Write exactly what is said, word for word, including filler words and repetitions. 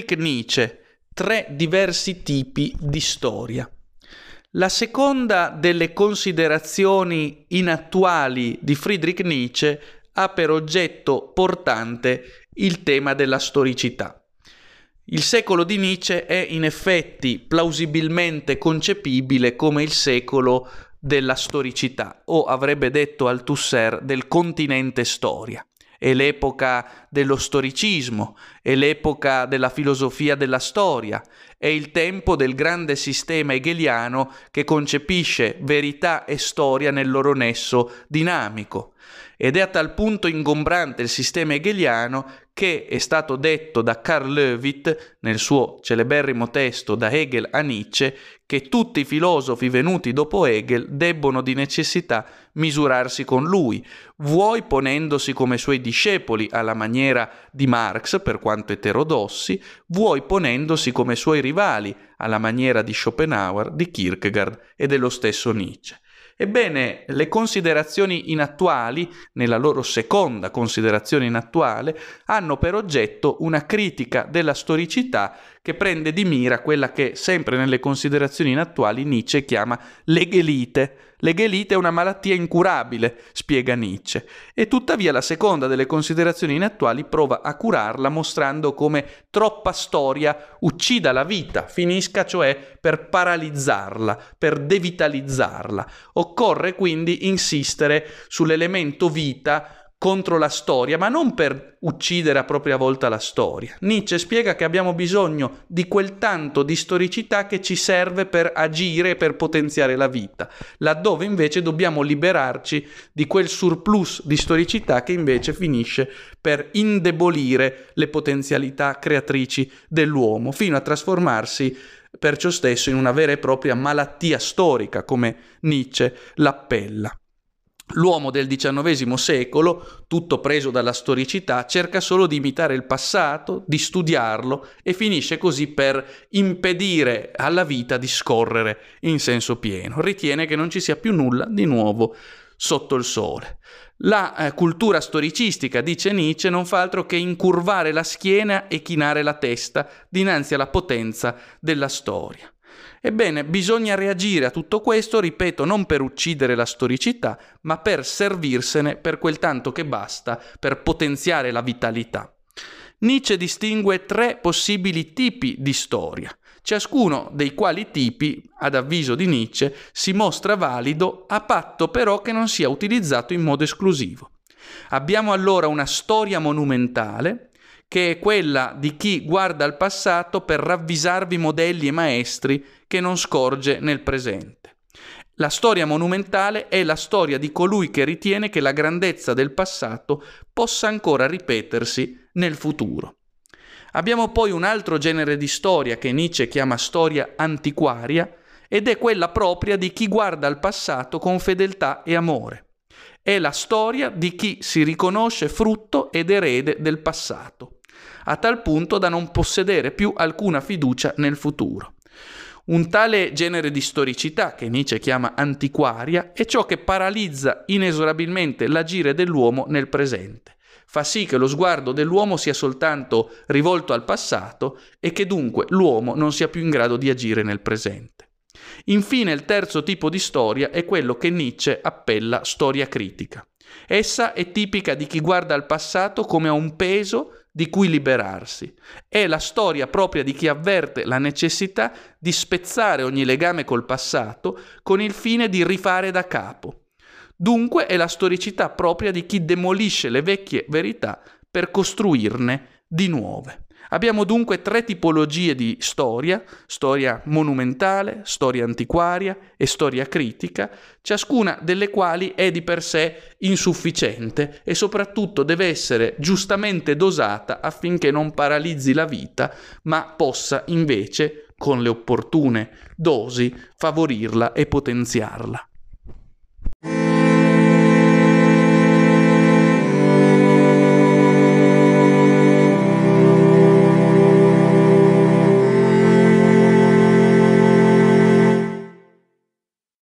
Friedrich Nietzsche, tre diversi tipi di storia. La seconda delle considerazioni inattuali di Friedrich Nietzsche ha per oggetto portante il tema della storicità. Il secolo di Nietzsche è in effetti plausibilmente concepibile come il secolo della storicità, o avrebbe detto Althusser del continente storia. È l'epoca dello storicismo, è l'epoca della filosofia della storia, è il tempo del grande sistema hegeliano che concepisce verità e storia nel loro nesso dinamico. Ed è a tal punto ingombrante il sistema hegeliano che è stato detto da Karl Löwit nel suo celeberrimo testo Da Hegel a Nietzsche che tutti i filosofi venuti dopo Hegel debbono di necessità misurarsi con lui, vuoi ponendosi come suoi discepoli alla maniera di Marx per quanto eterodossi, vuoi ponendosi come suoi rivali alla maniera di Schopenhauer, di Kierkegaard e dello stesso Nietzsche. Ebbene, le considerazioni inattuali, nella loro seconda considerazione inattuale, hanno per oggetto una critica della storicità che prende di mira quella che, sempre nelle considerazioni inattuali, Nietzsche chiama l'Hegelite. L'Hegelite è una malattia incurabile, spiega Nietzsche, e tuttavia la seconda delle considerazioni inattuali prova a curarla mostrando come troppa storia uccida la vita, finisca cioè per paralizzarla, per devitalizzarla. Occorre quindi insistere sull'elemento vita contro la storia, ma non per uccidere a propria volta la storia. Nietzsche spiega che abbiamo bisogno di quel tanto di storicità che ci serve per agire e per potenziare la vita, laddove invece dobbiamo liberarci di quel surplus di storicità che invece finisce per indebolire le potenzialità creatrici dell'uomo, fino a trasformarsi perciò stesso in una vera e propria malattia storica, come Nietzsche l'appella. L'uomo del diciannovesimo secolo, tutto preso dalla storicità, cerca solo di imitare il passato, di studiarlo e finisce così per impedire alla vita di scorrere in senso pieno. Ritiene che non ci sia più nulla di nuovo sotto il sole. La eh, cultura storicistica, dice Nietzsche, non fa altro che incurvare la schiena e chinare la testa dinanzi alla potenza della storia. Ebbene, bisogna reagire a tutto questo, ripeto, non per uccidere la storicità, ma per servirsene per quel tanto che basta per potenziare la vitalità. Nietzsche distingue tre possibili tipi di storia, ciascuno dei quali tipi, ad avviso di Nietzsche, si mostra valido a patto però che non sia utilizzato in modo esclusivo. Abbiamo allora una storia monumentale, che è quella di chi guarda al passato per ravvisarvi modelli e maestri che non scorge nel presente. La storia monumentale è la storia di colui che ritiene che la grandezza del passato possa ancora ripetersi nel futuro. Abbiamo poi un altro genere di storia che Nietzsche chiama storia antiquaria ed è quella propria di chi guarda al passato con fedeltà e amore. È la storia di chi si riconosce frutto ed erede del passato, a tal punto da non possedere più alcuna fiducia nel futuro. Un tale genere di storicità, che Nietzsche chiama antiquaria, è ciò che paralizza inesorabilmente l'agire dell'uomo nel presente. Fa sì che lo sguardo dell'uomo sia soltanto rivolto al passato e che dunque l'uomo non sia più in grado di agire nel presente. Infine, il terzo tipo di storia è quello che Nietzsche appella storia critica. Essa è tipica di chi guarda al passato come a un peso di cui liberarsi. È la storia propria di chi avverte la necessità di spezzare ogni legame col passato con il fine di rifare da capo. Dunque è la storicità propria di chi demolisce le vecchie verità per costruirne di nuove. Abbiamo dunque tre tipologie di storia, storia monumentale, storia antiquaria e storia critica, ciascuna delle quali è di per sé insufficiente e soprattutto deve essere giustamente dosata affinché non paralizzi la vita, ma possa invece, con le opportune dosi, favorirla e potenziarla.